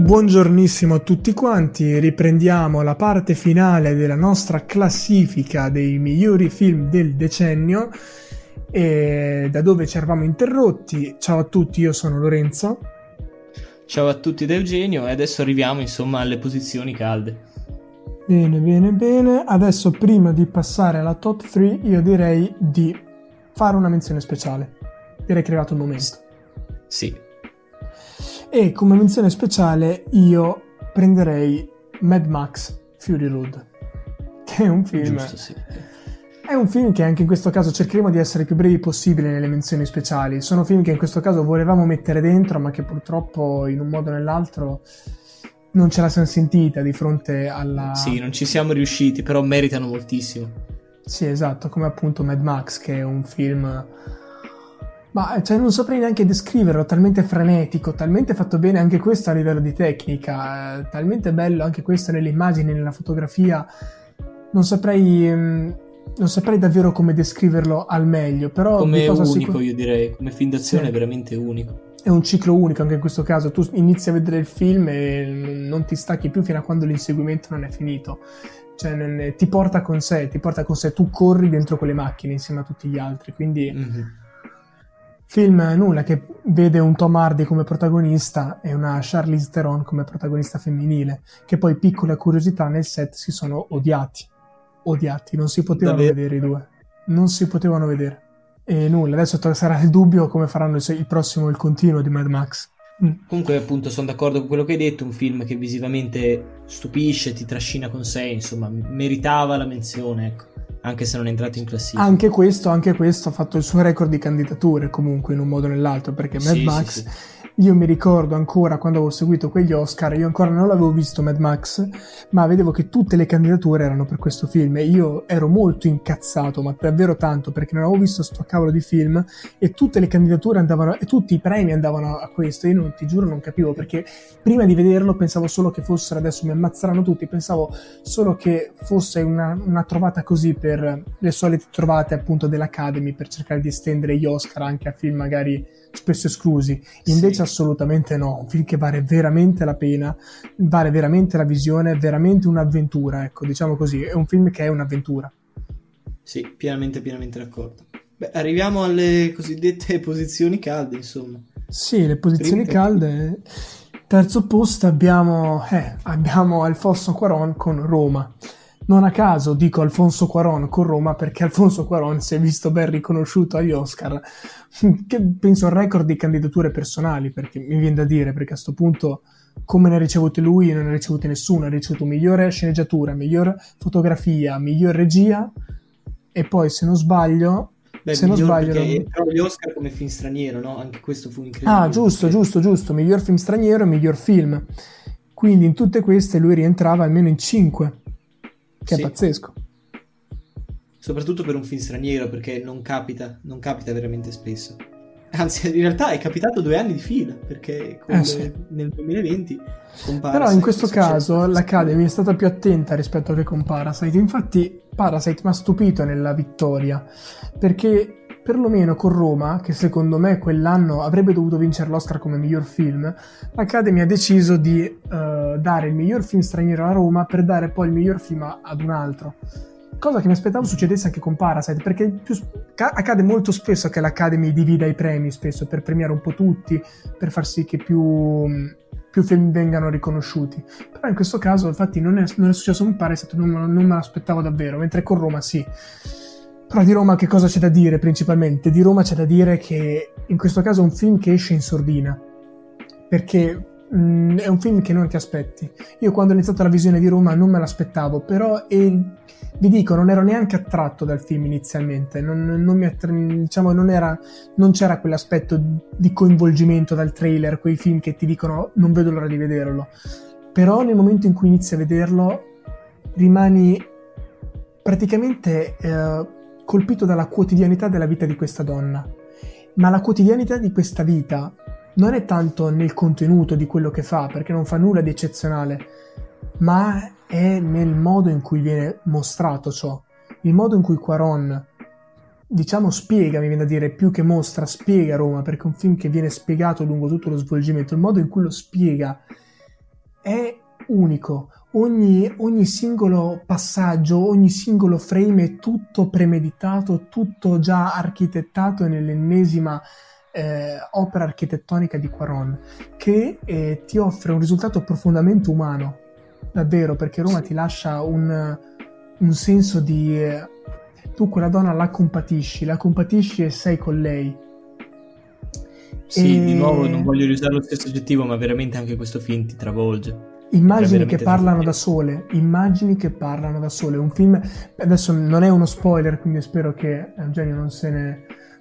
Buongiornissimo a tutti quanti, riprendiamo la parte finale della nostra classifica dei migliori film del decennio e da dove ci eravamo interrotti. Ciao a tutti, io sono Lorenzo. Ciao a tutti da Eugenio e adesso arriviamo insomma alle posizioni calde. Bene. Adesso prima di passare alla top 3 io direi di fare una menzione speciale. Direi che è arrivato il momento. Sì. E come menzione speciale io prenderei Mad Max Fury Road, che è un film. Giusto, sì. È un film che anche in questo caso cercheremo di essere più brevi possibile nelle menzioni speciali. Sono film che in questo caso volevamo mettere dentro, ma che purtroppo in un modo o nell'altro non ce la siamo sentita di fronte alla... Sì, non ci siamo riusciti, però meritano moltissimo. Sì, esatto, come appunto Mad Max, che è un film... Ma cioè, non saprei neanche descriverlo, talmente frenetico, talmente fatto bene anche questo a livello di tecnica, talmente bello anche questo nelle immagini, nella fotografia. Non saprei davvero come descriverlo al meglio, però come unico io direi, come film d'azione sì. È veramente unico. È un ciclo unico anche in questo caso, tu inizi a vedere il film e non ti stacchi più fino a quando l'inseguimento non è finito. Cioè ti porta con sé, tu corri dentro quelle macchine insieme a tutti gli altri, quindi... Mm-hmm. Film nulla che vede un Tom Hardy come protagonista e una Charlize Theron come protagonista femminile, che poi, piccola curiosità, nel set si sono odiati, non si potevano vedere i due, non si potevano vedere. E nulla, adesso sarà il dubbio come faranno il continuo di Mad Max. Comunque appunto sono d'accordo con quello che hai detto, un film che visivamente stupisce, ti trascina con sé, insomma meritava la menzione, ecco. Anche se non è entrato in classifica. Anche questo ha fatto il suo record di candidature comunque in un modo o nell'altro, perché Mad Max, sì. Io mi ricordo ancora quando avevo seguito quegli Oscar, io ancora non l'avevo visto Mad Max, ma vedevo che tutte le candidature erano per questo film e io ero molto incazzato, ma davvero tanto, perché non avevo visto sto cavolo di film e tutte le candidature andavano, e tutti i premi andavano a questo. Io ti giuro non capivo, perché prima di vederlo pensavo solo che fossero, adesso mi ammazzeranno tutti, pensavo solo che fosse una trovata così per le solite trovate appunto dell'Academy, per cercare di estendere gli Oscar anche a film magari spesso esclusi. Invece sì. Assolutamente no, un film che vale veramente la pena, vale veramente la visione, è veramente un'avventura, ecco, diciamo così, è un film che è un'avventura. Sì, pienamente d'accordo. Beh, arriviamo alle cosiddette posizioni calde, insomma. Sì, le posizioni calde. Terzo posto abbiamo Alfonso Cuarón con Roma. Non a caso dico Alfonso Cuarón con Roma, perché Alfonso Cuarón si è visto ben riconosciuto agli Oscar, che penso un record di candidature personali, perché mi viene da dire, perché a sto punto come ne ha ricevute lui non ne ha ricevute nessuno, ha ricevuto migliore sceneggiatura, miglior fotografia, miglior regia e poi se non sbaglio però gli Oscar come film straniero, no? Anche questo fu incredibile. Ah, giusto, miglior film straniero e miglior film, quindi in tutte queste lui rientrava almeno in 5. Che sì. È pazzesco. Soprattutto per un film straniero, perché non capita veramente spesso. Anzi, in realtà è capitato 2 anni di fila, perché nel 2020 con Parasite. Però in questo caso l'Academy è stata più attenta rispetto che con Parasite. Infatti Parasite mi ha stupito nella vittoria, perché perlomeno con Roma, che secondo me quell'anno avrebbe dovuto vincere l'Oscar come miglior film, l'Academy ha deciso di dare il miglior film straniero a Roma per dare poi il miglior film ad un altro. Cosa che mi aspettavo succedesse anche con Parasite, perché accade molto spesso che l'Academy divida i premi, spesso per premiare un po' tutti, per far sì che più film vengano riconosciuti. Però in questo caso infatti non è successo con Parasite, non me l'aspettavo davvero, mentre con Roma sì. Però di Roma che cosa c'è da dire principalmente? Di Roma c'è da dire che in questo caso è un film che esce in sordina, perché è un film che non ti aspetti. Io quando ho iniziato la visione di Roma non me l'aspettavo, però vi dico, non ero neanche attratto dal film inizialmente, non c'era quell'aspetto di coinvolgimento dal trailer, quei film che ti dicono non vedo l'ora di vederlo. Però nel momento in cui inizi a vederlo rimani praticamente colpito dalla quotidianità della vita di questa donna, ma la quotidianità di questa vita non è tanto nel contenuto di quello che fa, perché non fa nulla di eccezionale, ma è nel modo in cui viene mostrato ciò, il modo in cui Cuarón, diciamo, spiega, mi viene da dire, più che mostra, spiega Roma, perché è un film che viene spiegato lungo tutto lo svolgimento, il modo in cui lo spiega è unico. Ogni singolo passaggio, ogni singolo frame è tutto premeditato, tutto già architettato nell'ennesima opera architettonica di Cuarón, che ti offre un risultato profondamente umano, davvero, perché Roma ti lascia un senso di... tu quella donna la compatisci e sei con lei. Sì, di nuovo non voglio usare lo stesso aggettivo, ma veramente anche questo film ti travolge. Immagini che parlano da sole, un film, adesso non è uno spoiler, quindi spero che Eugenio non se ne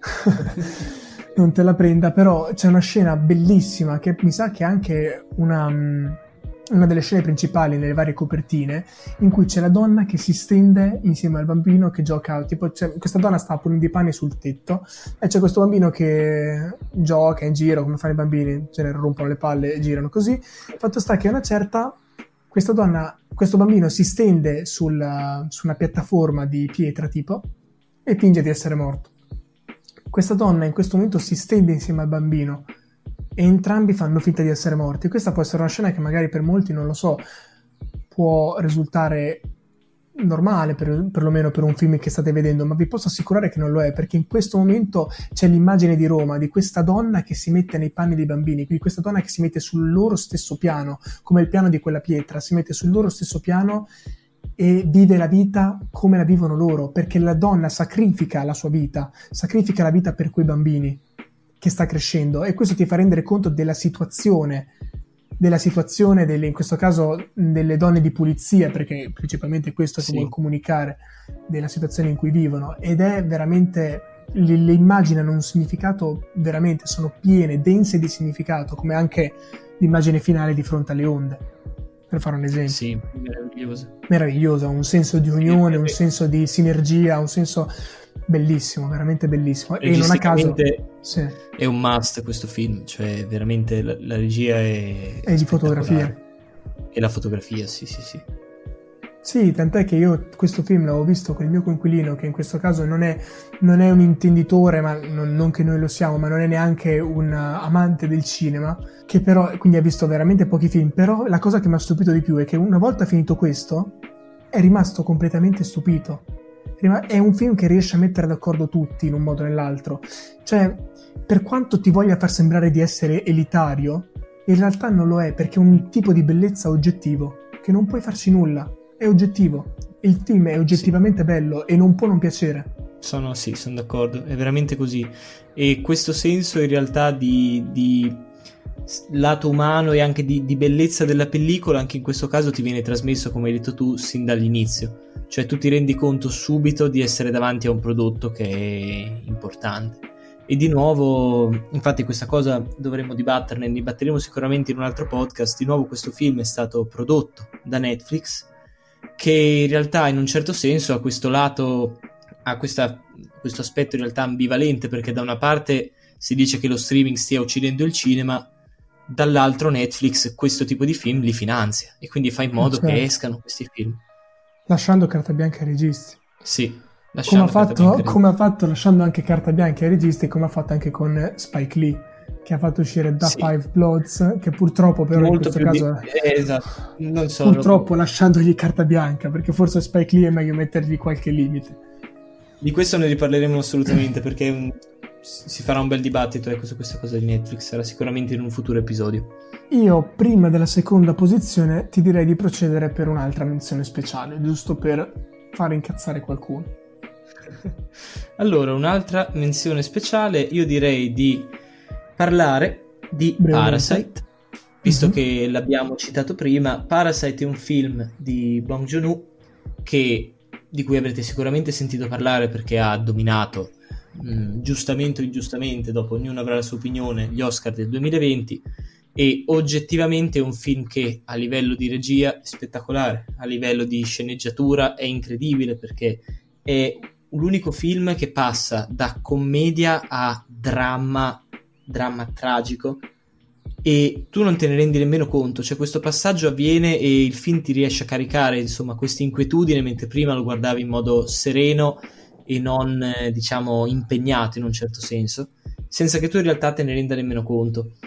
non te la prenda, però c'è una scena bellissima che mi sa che è anche una delle scene principali nelle varie copertine, in cui c'è la donna che si stende insieme al bambino che gioca, tipo questa donna sta pulendo i panni sul tetto e c'è questo bambino che gioca in giro come fanno i bambini, ce ne rompono le palle e girano così. Fatto sta che a una certa questo bambino si stende su una piattaforma di pietra tipo e finge di essere morto. Questa donna in questo momento si stende insieme al bambino e entrambi fanno finta di essere morti. Questa può essere una scena che magari per molti, non lo so, può risultare normale, perlomeno per un film che state vedendo, ma vi posso assicurare che non lo è, perché in questo momento c'è l'immagine di Roma, di questa donna che si mette nei panni dei bambini, quindi questa donna che si mette sul loro stesso piano, come il piano di quella pietra, si mette sul loro stesso piano e vive la vita come la vivono loro, perché la donna sacrifica la sua vita, sacrifica la vita per quei bambini che sta crescendo, e questo ti fa rendere conto della situazione in questo caso delle donne di pulizia, perché principalmente questo si vuole comunicare, della situazione in cui vivono, ed è veramente le immagini hanno un significato, veramente sono piene, dense di significato, come anche l'immagine finale di fronte alle onde, per fare un esempio. Sì, meraviglioso, un senso di unione, un senso di sinergia, un senso bellissimo, veramente bellissimo. E non a caso è un must questo film, cioè veramente la regia è di fotografia. E la fotografia, sì. Sì, tant'è che io questo film l'avevo visto con il mio coinquilino, che in questo caso non è un intenditore, ma non che noi lo siamo, ma non è neanche un amante del cinema, che però quindi ha visto veramente pochi film. Però la cosa che mi ha stupito di più è che una volta finito questo è rimasto completamente stupito. È un film che riesce a mettere d'accordo tutti in un modo o nell'altro, cioè per quanto ti voglia far sembrare di essere elitario, in realtà non lo è, perché è un tipo di bellezza oggettivo che non puoi farci nulla, è oggettivo, il film è oggettivamente bello e non può non piacere. Sono d'accordo, è veramente così, e questo senso in realtà di lato umano e anche di bellezza della pellicola anche in questo caso ti viene trasmesso, come hai detto tu, sin dall'inizio. Cioè tu ti rendi conto subito di essere davanti a un prodotto che è importante. E di nuovo, infatti questa cosa dovremmo dibatterne, ne dibatteremo sicuramente in un altro podcast. Di nuovo questo film è stato prodotto da Netflix, che in realtà in un certo senso ha questo lato, ha questo aspetto in realtà ambivalente, perché da una parte si dice che lo streaming stia uccidendo il cinema, dall'altro Netflix questo tipo di film li finanzia e quindi fa in modo che escano questi film. Lasciando carta bianca ai registi. Sì, come ha fatto lasciando anche carta bianca ai registi, come ha fatto anche con Spike Lee, che ha fatto uscire Da Five Bloods, che purtroppo però molto in questo caso esatto. Non so, purtroppo lasciandogli carta bianca, perché forse Spike Lee è meglio mettergli qualche limite. Di questo ne riparleremo assolutamente, perché si farà un bel dibattito su questa cosa di Netflix, sarà sicuramente in un futuro episodio. Io prima della seconda posizione ti direi di procedere per un'altra menzione speciale, giusto per fare incazzare qualcuno. Allora, un'altra menzione speciale, io direi di parlare di Parasite, visto che l'abbiamo citato prima. Parasite è un film di Bong Joon-ho di cui avrete sicuramente sentito parlare, perché ha dominato giustamente o ingiustamente, dopo ognuno avrà la sua opinione, gli Oscar del 2020, e oggettivamente è un film che a livello di regia è spettacolare, a livello di sceneggiatura è incredibile, perché è l'unico film che passa da commedia a dramma tragico, e tu non te ne rendi nemmeno conto, cioè questo passaggio avviene e il film ti riesce a caricare insomma questa inquietudine, mentre prima lo guardavi in modo sereno e non diciamo impegnato in un certo senso, senza che tu in realtà te ne renda nemmeno conto.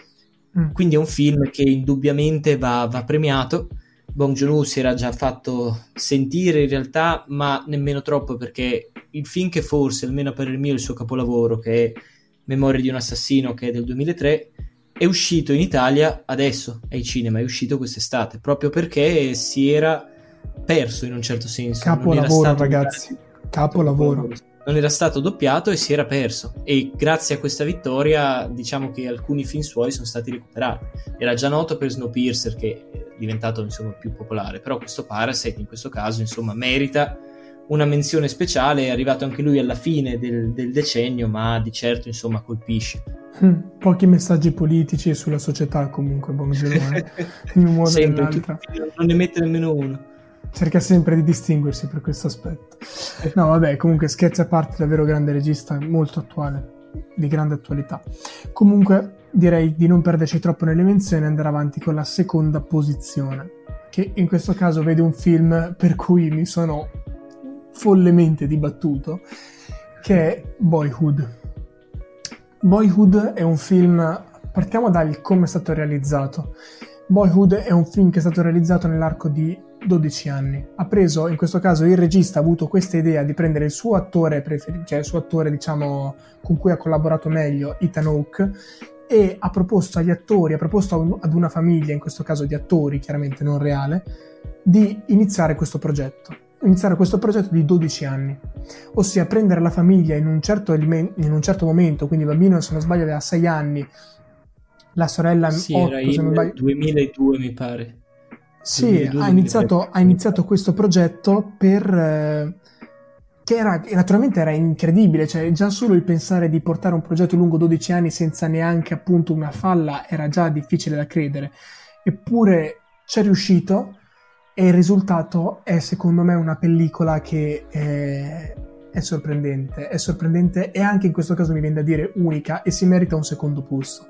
Quindi è un film che indubbiamente va premiato. Bong Joon-ho si era già fatto sentire in realtà, ma nemmeno troppo, perché il film che forse, almeno per il mio, è il suo capolavoro, che è Memoria di un assassino, che è del 2003, è uscito in Italia adesso, ai cinema, è uscito quest'estate, proprio perché si era perso in un certo senso. Capolavoro, ragazzi, capolavoro. Non era stato doppiato e si era perso, e grazie a questa vittoria diciamo che alcuni film suoi sono stati recuperati. Era già noto per Snowpiercer, che è diventato insomma più popolare, però questo Parasite in questo caso insomma merita una menzione speciale. È arrivato anche lui alla fine del decennio, ma di certo insomma colpisce. Pochi messaggi politici sulla società comunque Bong Joon-ho, in un modo o nell'altro. Non ne mette nemmeno uno. Cerca sempre di distinguersi per questo aspetto. No, vabbè, comunque scherzi a parte, davvero grande regista, molto attuale, di grande attualità. Comunque direi di non perderci troppo nelle menzioni e andare avanti con la seconda posizione, che in questo caso vede un film per cui mi sono follemente dibattuto, che è Boyhood. Boyhood è un film, partiamo dal come è stato realizzato. Boyhood è un film che è stato realizzato nell'arco di 12 anni. Ha preso, in questo caso il regista ha avuto questa idea di prendere il suo attore preferito, cioè il suo attore diciamo con cui ha collaborato meglio, Ethan Hawke, e ha proposto agli attori, ha proposto ad una famiglia, in questo caso di attori chiaramente non reale, di iniziare questo progetto di 12 anni, ossia prendere la famiglia in un certo momento, quindi il bambino se non sbaglio aveva 6 anni, la sorella 8, era il 2002 mi pare. Sì, ha iniziato questo progetto che naturalmente era incredibile, cioè già solo il pensare di portare un progetto lungo 12 anni senza neanche appunto una falla era già difficile da credere, eppure c'è riuscito e il risultato è secondo me una pellicola che è sorprendente e anche in questo caso mi viene da dire unica, e si merita un secondo posto.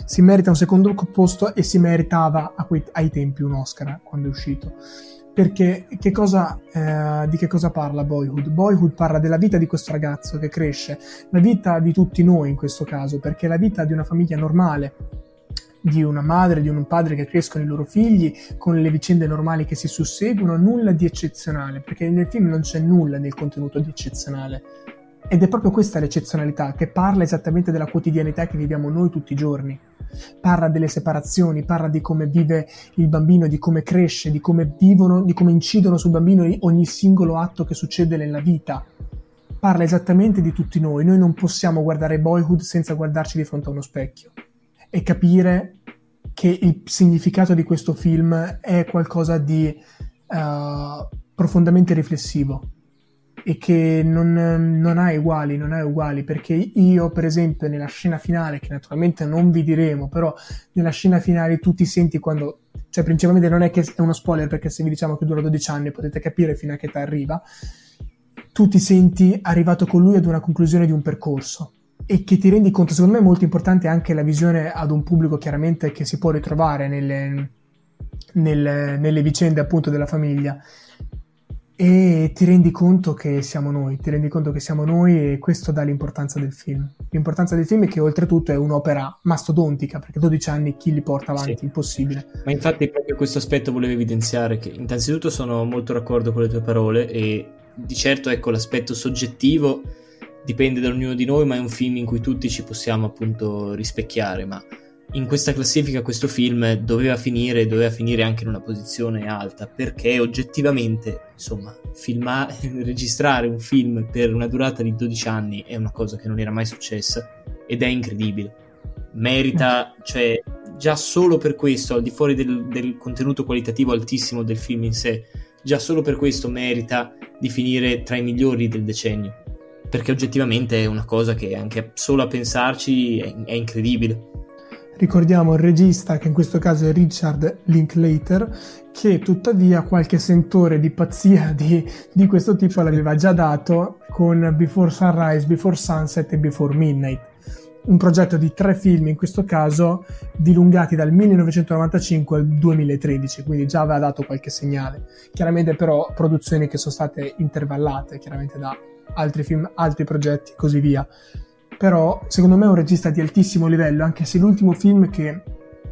E si meritava ai tempi un Oscar quando è uscito. Perché di che cosa parla Boyhood? Boyhood parla della vita di questo ragazzo che cresce, la vita di tutti noi in questo caso, perché è la vita di una famiglia normale, di una madre, di un padre che crescono i loro figli con le vicende normali che si susseguono, nulla di eccezionale, perché nel film non c'è nulla nel contenuto di eccezionale. Ed è proprio questa l'eccezionalità, che parla esattamente della quotidianità che viviamo noi tutti i giorni. Parla delle separazioni, parla di come vive il bambino, di come cresce, di come vivono, di come incidono sul bambino ogni singolo atto che succede nella vita. Parla esattamente di tutti noi. Noi non possiamo guardare Boyhood senza guardarci di fronte a uno specchio e capire che il significato di questo film è qualcosa di profondamente riflessivo e che non ha uguali, perché io per esempio nella scena finale, che naturalmente non vi diremo, però nella scena finale tu ti senti quando, cioè principalmente non è che è uno spoiler, perché se vi diciamo che dura 12 anni potete capire fino a che età arriva, tu ti senti arrivato con lui ad una conclusione di un percorso e che ti rendi conto. Secondo me è molto importante anche la visione ad un pubblico chiaramente che si può ritrovare nelle vicende appunto della famiglia, e ti rendi conto che siamo noi e questo dà l'importanza del film. L'importanza del film è che oltretutto è un'opera mastodontica, perché 12 anni chi li porta avanti? Sì. Impossibile. Ma infatti proprio questo aspetto volevo evidenziare, che innanzitutto sono molto d'accordo con le tue parole, e di certo ecco l'aspetto soggettivo dipende da ognuno di noi, ma è un film in cui tutti ci possiamo appunto rispecchiare. Ma in questa classifica questo film doveva finire anche in una posizione alta, perché oggettivamente insomma registrare un film per una durata di 12 anni è una cosa che non era mai successa ed è incredibile. Merita, cioè già solo per questo, al di fuori del contenuto qualitativo altissimo del film in sé, già solo per questo merita di finire tra i migliori del decennio, perché oggettivamente è una cosa che anche solo a pensarci è incredibile. Ricordiamo il regista, che in questo caso è Richard Linklater, che tuttavia qualche sentore di pazzia di questo tipo l'aveva già dato con Before Sunrise, Before Sunset e Before Midnight, un progetto di 3 film in questo caso dilungati dal 1995 al 2013, quindi già aveva dato qualche segnale. Chiaramente però produzioni che sono state intervallate chiaramente da altri film, altri progetti e così via. Però secondo me è un regista di altissimo livello, anche se l'ultimo film che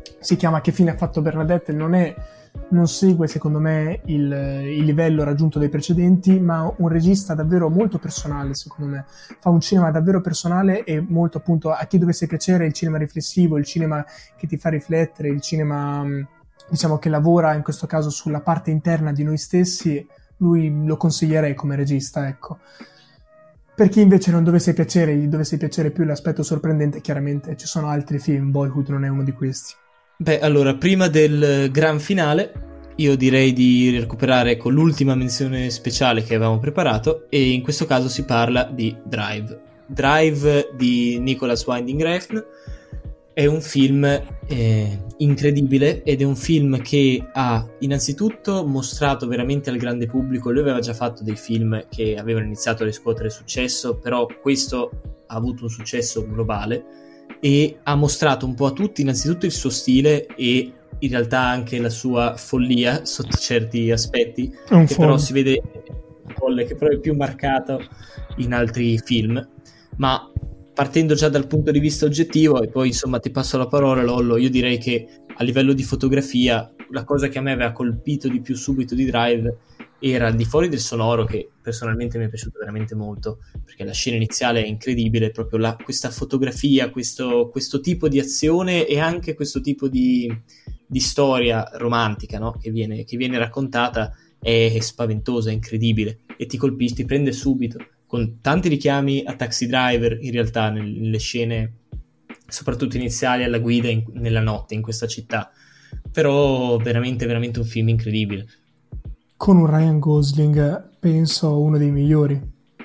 si chiama Che fine ha fatto Bernadette, non segue secondo me il livello raggiunto dai precedenti, ma un regista davvero molto personale, secondo me fa un cinema davvero personale e molto, appunto, a chi dovesse piacere il cinema riflessivo, il cinema che ti fa riflettere, il cinema diciamo che lavora in questo caso sulla parte interna di noi stessi, lui lo consiglierei come regista, ecco. Per chi invece non dovesse piacere, gli dovesse piacere più l'aspetto sorprendente, chiaramente ci sono altri film, Boyhood non è uno di questi. Beh, allora, prima del gran finale, io direi di recuperare con l'ultima menzione speciale che avevamo preparato, e in questo caso si parla di Drive. Drive di Nicholas Winding Refn è un film incredibile, ed è un film che ha innanzitutto mostrato veramente al grande pubblico. Lui aveva già fatto dei film che avevano iniziato a riscuotere successo, però questo ha avuto un successo globale e ha mostrato un po' a tutti innanzitutto il suo stile e in realtà anche la sua follia sotto certi aspetti, che però si vede folle, che però è più marcato in altri film. Ma partendo già dal punto di vista oggettivo, e poi insomma ti passo la parola, Lollo, io direi che a livello di fotografia la cosa che a me aveva colpito di più subito di Drive era, al di fuori del sonoro, che personalmente mi è piaciuto veramente molto, perché la scena iniziale è incredibile, proprio questa fotografia, questo tipo di azione e anche questo tipo di storia romantica, no? che viene raccontata, è spaventosa, è incredibile, e ti colpisce, ti prende subito, con tanti richiami a Taxi Driver in realtà nelle scene soprattutto iniziali alla guida nella notte in questa città, però veramente veramente un film incredibile, con un Ryan Gosling penso uno dei migliori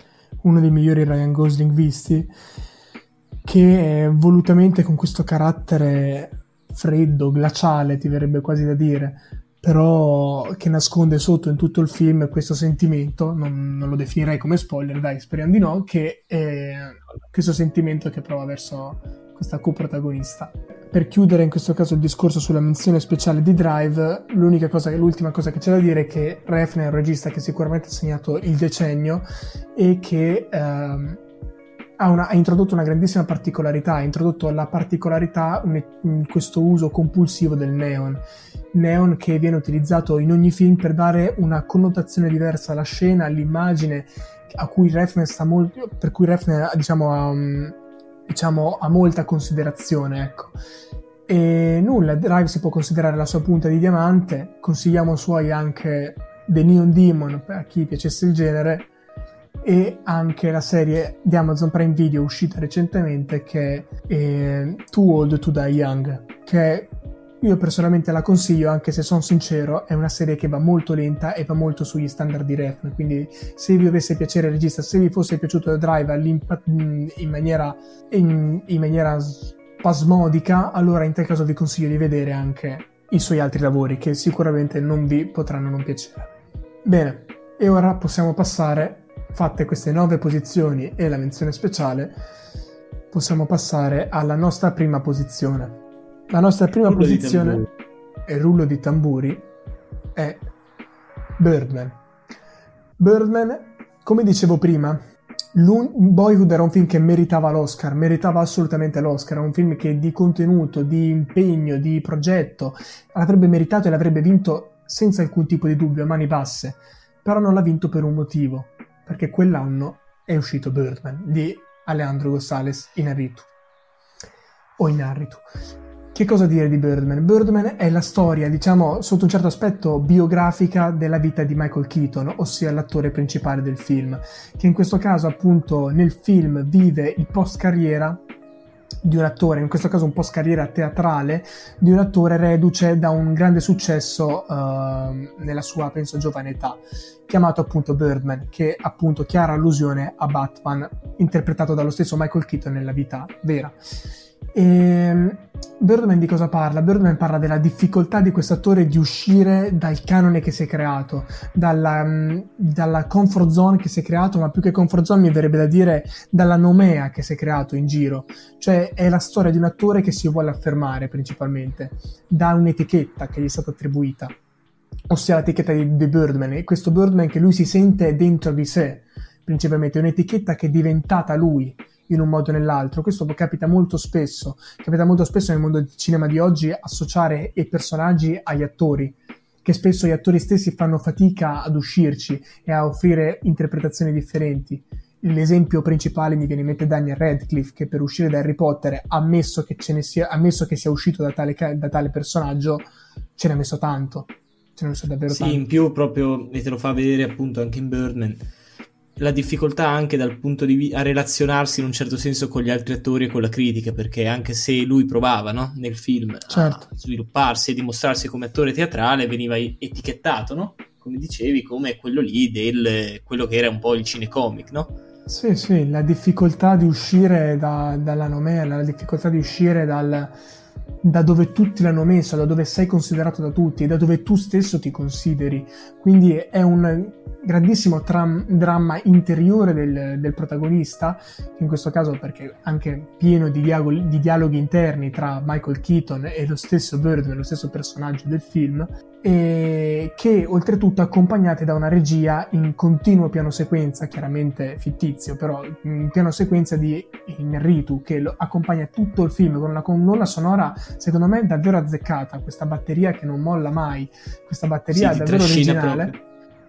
Ryan Gosling visti, che volutamente con questo carattere freddo, glaciale ti verrebbe quasi da dire, però che nasconde sotto in tutto il film questo sentimento, non lo definirei come spoiler, dai, speriamo di no, che è questo sentimento che prova verso questa coprotagonista. Per chiudere in questo caso il discorso sulla menzione speciale di Drive, l'ultima cosa che c'è da dire è che Refn è un regista che sicuramente ha segnato il decennio e che ha introdotto una grandissima particolarità, ha introdotto la particolarità in questo uso compulsivo del neon che viene utilizzato in ogni film per dare una connotazione diversa alla scena, all'immagine, per cui Refn ha molta considerazione, ecco. E nulla, Drive si può considerare la sua punta di diamante. Consigliamo suoi anche The Neon Demon per chi piacesse il genere, e anche la serie di Amazon Prime Video uscita recentemente che è Too Old to Die Young, che io personalmente la consiglio, anche se sono sincero è una serie che va molto lenta e va molto sugli standard di Refn, quindi se vi dovesse piacere il regista, se vi fosse piaciuto Drive in maniera spasmodica, allora in tal caso vi consiglio di vedere anche i suoi altri lavori, che sicuramente non vi potranno non piacere. Bene, e ora possiamo passare, fatte queste 9 posizioni e la menzione speciale, possiamo passare alla nostra prima posizione. La nostra prima posizione è rullo di tamburi, è Birdman. Birdman, come dicevo prima, Boyhood era un film che meritava assolutamente l'Oscar, era un film che di contenuto, di impegno, di progetto l'avrebbe meritato e l'avrebbe vinto senza alcun tipo di dubbio, a mani basse, però non l'ha vinto per un motivo, perché quell'anno è uscito Birdman di Alejandro González Iñárritu. Che cosa dire di Birdman? Birdman è la storia, diciamo, sotto un certo aspetto biografica della vita di Michael Keaton, ossia l'attore principale del film, che in questo caso appunto nel film vive il post-carriera di un attore, in questo caso un post-carriera teatrale, di un attore reduce da un grande successo nella sua, penso, giovane età, chiamato appunto Birdman, che appunto chiara allusione a Batman, interpretato dallo stesso Michael Keaton nella vita vera. E Birdman di cosa parla? Birdman parla della difficoltà di questo attore di uscire dal canone che si è creato, dalla comfort zone che si è creato, ma più che comfort zone mi verrebbe da dire dalla nomea che si è creato in giro. Cioè è la storia di un attore che si vuole affermare principalmente da un'etichetta che gli è stata attribuita, ossia l'etichetta di Birdman, e questo Birdman che lui si sente dentro di sé principalmente, è un'etichetta che è diventata lui, in un modo o nell'altro. Questo capita molto spesso nel mondo del cinema di oggi, associare i personaggi agli attori, che spesso gli attori stessi fanno fatica ad uscirci e a offrire interpretazioni differenti. L'esempio principale mi viene in mente Daniel Radcliffe, che per uscire da Harry Potter, ammesso che sia uscito da tale personaggio, ce ne ha messo tanto, ce ne ha messo davvero tanto. Sì, in più proprio, e te lo fa vedere appunto anche in Birdman, la difficoltà anche dal punto di vista a relazionarsi in un certo senso con gli altri attori e con la critica, perché anche se lui provava, no, nel film certo, a svilupparsi e dimostrarsi come attore teatrale, veniva etichettato, no? Come dicevi, come quello lì quello che era un po' il cinecomic, no? Sì, la difficoltà di uscire dalla nomea, la difficoltà di uscire da dove tutti l'hanno messo, da dove sei considerato da tutti, da dove tu stesso ti consideri. Quindi è un grandissimo dramma interiore del protagonista, in questo caso perché anche pieno di dialoghi interni tra Michael Keaton e lo stesso Birdman, lo stesso personaggio del film, e che oltretutto accompagnati da una regia in continuo piano sequenza, chiaramente fittizio, però in piano sequenza di Iñárritu, che accompagna tutto il film con una colonna sonora secondo me davvero azzeccata, questa batteria che non molla mai, questa batteria davvero originale proprio.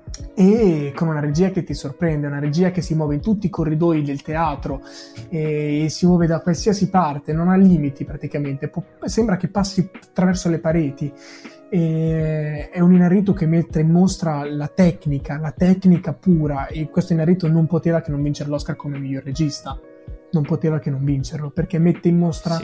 E con una regia che ti sorprende, una regia che si muove in tutti i corridoi del teatro e si muove da qualsiasi parte, non ha limiti praticamente, sembra che passi attraverso le pareti. E è un Iñárritu che mette in mostra la tecnica pura, e questo Iñárritu non poteva che non vincere l'Oscar come miglior regista, non poteva che non vincerlo, perché mette in mostra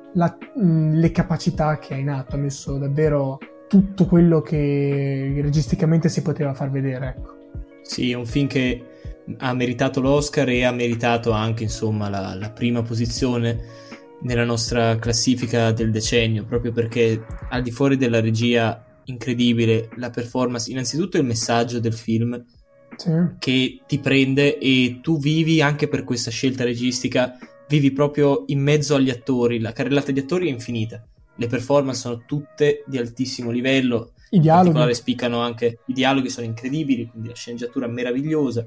le capacità che ha in atto, ha messo davvero tutto quello che registicamente si poteva far vedere, ecco. Sì, è un film che ha meritato l'Oscar e ha meritato anche, insomma, la prima posizione nella nostra classifica del decennio, proprio perché al di fuori della regia incredibile, la performance, innanzitutto il messaggio del film che ti prende, e tu vivi anche per questa scelta registica, vivi proprio in mezzo agli attori, la carrellata di attori è infinita, le performance sono tutte di altissimo livello, in particolare spiccano anche i dialoghi, sono incredibili, quindi la sceneggiatura meravigliosa,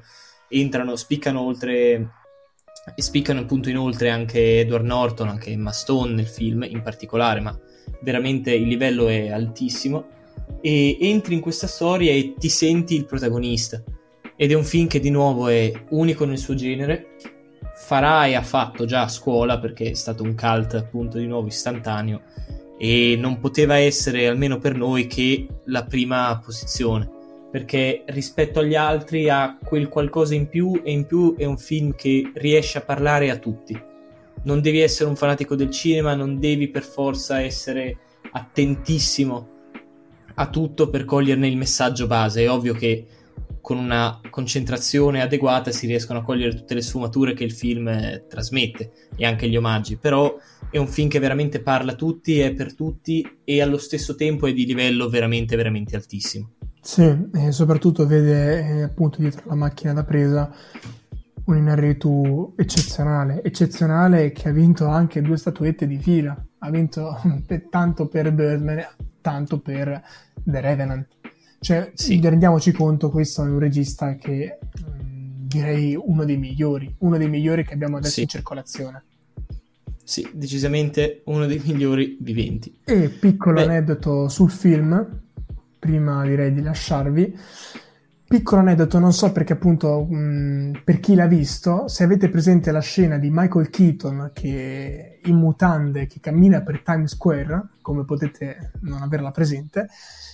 spiccano appunto inoltre anche Edward Norton, anche Emma Stone nel film in particolare, ma veramente il livello è altissimo, e entri in questa storia e ti senti il protagonista, ed è un film che di nuovo è unico nel suo genere, farà e ha fatto già a scuola perché è stato un cult appunto di nuovo istantaneo, e non poteva essere, almeno per noi, che la prima posizione, perché rispetto agli altri ha quel qualcosa in più, e in più è un film che riesce a parlare a tutti. Non devi essere un fanatico del cinema, non devi per forza essere attentissimo a tutto per coglierne il messaggio base. È ovvio che con una concentrazione adeguata si riescono a cogliere tutte le sfumature che il film trasmette e anche gli omaggi, però è un film che veramente parla a tutti, è per tutti, e allo stesso tempo è di livello veramente veramente altissimo. Sì, e soprattutto vede appunto dietro la macchina da presa un Iñárritu eccezionale, che ha vinto anche 2 statuette di fila, ha vinto tanto per Birdman, tanto per The Revenant. Cioè, rendiamoci conto, questo è un regista che direi uno dei migliori che abbiamo adesso in circolazione. Sì, decisamente uno dei migliori viventi. E piccolo aneddoto sul film, prima direi di lasciarvi. Piccolo aneddoto, non so perché appunto per chi l'ha visto, se avete presente la scena di Michael Keaton che in mutande che cammina per Times Square, come potete non averla presente,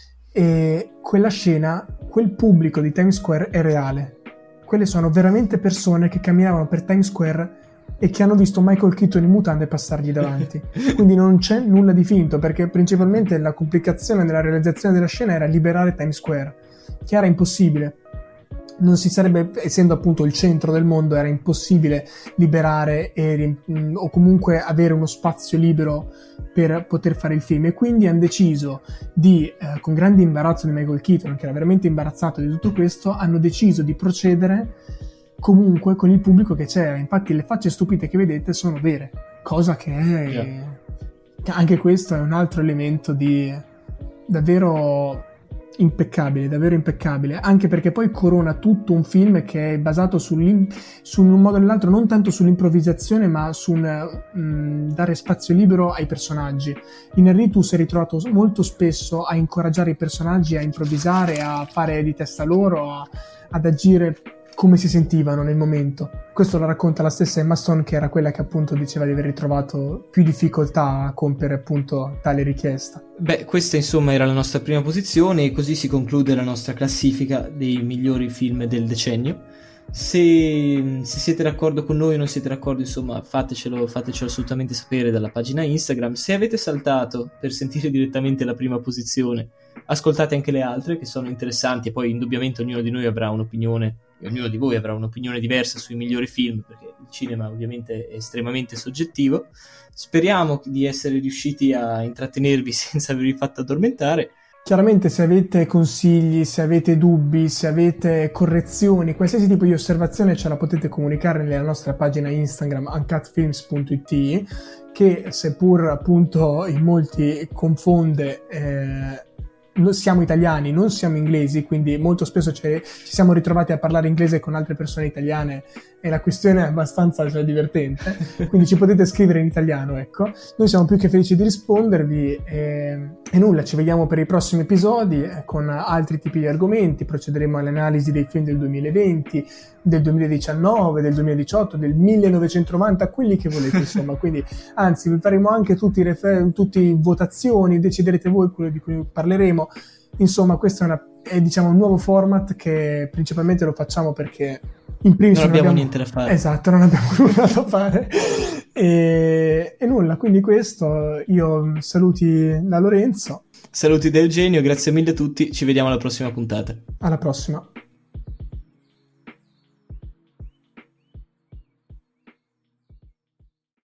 e quella scena, quel pubblico di Times Square è reale. Quelle sono veramente persone che camminavano per Times Square e che hanno visto Michael Keaton in mutande passargli davanti. Quindi non c'è nulla di finto, perché principalmente la complicazione nella realizzazione della scena era liberare Times Square, che era impossibile. Non si sarebbe, essendo appunto il centro del mondo, era impossibile liberare o comunque avere uno spazio libero per poter fare il film, e quindi hanno deciso di, con grande imbarazzo di Michael Keaton, che era veramente imbarazzato di tutto questo, hanno deciso di procedere comunque con il pubblico che c'era. Infatti le facce stupide che vedete sono vere, cosa che è anche questo è un altro elemento di davvero impeccabile, davvero impeccabile, anche perché poi corona tutto un film che è basato su un modo o nell'altro, non tanto sull'improvvisazione, ma su dare spazio libero ai personaggi. Iñárritu si è ritrovato molto spesso a incoraggiare i personaggi a improvvisare, a fare di testa loro, ad agire come si sentivano nel momento. Questo lo racconta la stessa Emma Stone, che era quella che appunto diceva di aver ritrovato più difficoltà a compiere appunto tale richiesta. Beh, questa insomma era la nostra prima posizione e così si conclude la nostra classifica dei migliori film del decennio. Se siete d'accordo con noi o non siete d'accordo, insomma, fatecelo assolutamente sapere dalla pagina Instagram. Se avete saltato per sentire direttamente la prima posizione, ascoltate anche le altre che sono interessanti, e poi indubbiamente ognuno di noi avrà un'opinione e ognuno di voi avrà un'opinione diversa sui migliori film, perché il cinema ovviamente è estremamente soggettivo. Speriamo di essere riusciti a intrattenervi senza avervi fatto addormentare. Chiaramente, se avete consigli, se avete dubbi, se avete correzioni, qualsiasi tipo di osservazione ce la potete comunicare nella nostra pagina Instagram uncutfilms.it, che seppur appunto in molti confonde, siamo italiani, non siamo inglesi, quindi molto spesso ci siamo ritrovati a parlare inglese con altre persone italiane e la questione è abbastanza divertente, quindi ci potete scrivere in italiano, ecco. Noi siamo più che felici di rispondervi e nulla, ci vediamo per i prossimi episodi con altri tipi di argomenti. Procederemo all'analisi dei film del 2020, del 2019, del 2018, del 1990, quelli che volete, insomma. Quindi, anzi, vi faremo anche tutti votazioni, deciderete voi quello di cui parleremo. Insomma, questo è diciamo un nuovo format che principalmente lo facciamo perché in primis non abbiamo niente da fare. Esatto, non abbiamo nulla da fare e nulla, quindi questo, io saluti da Lorenzo. Saluti da Eugenio, grazie mille a tutti, ci vediamo alla prossima puntata. Alla prossima.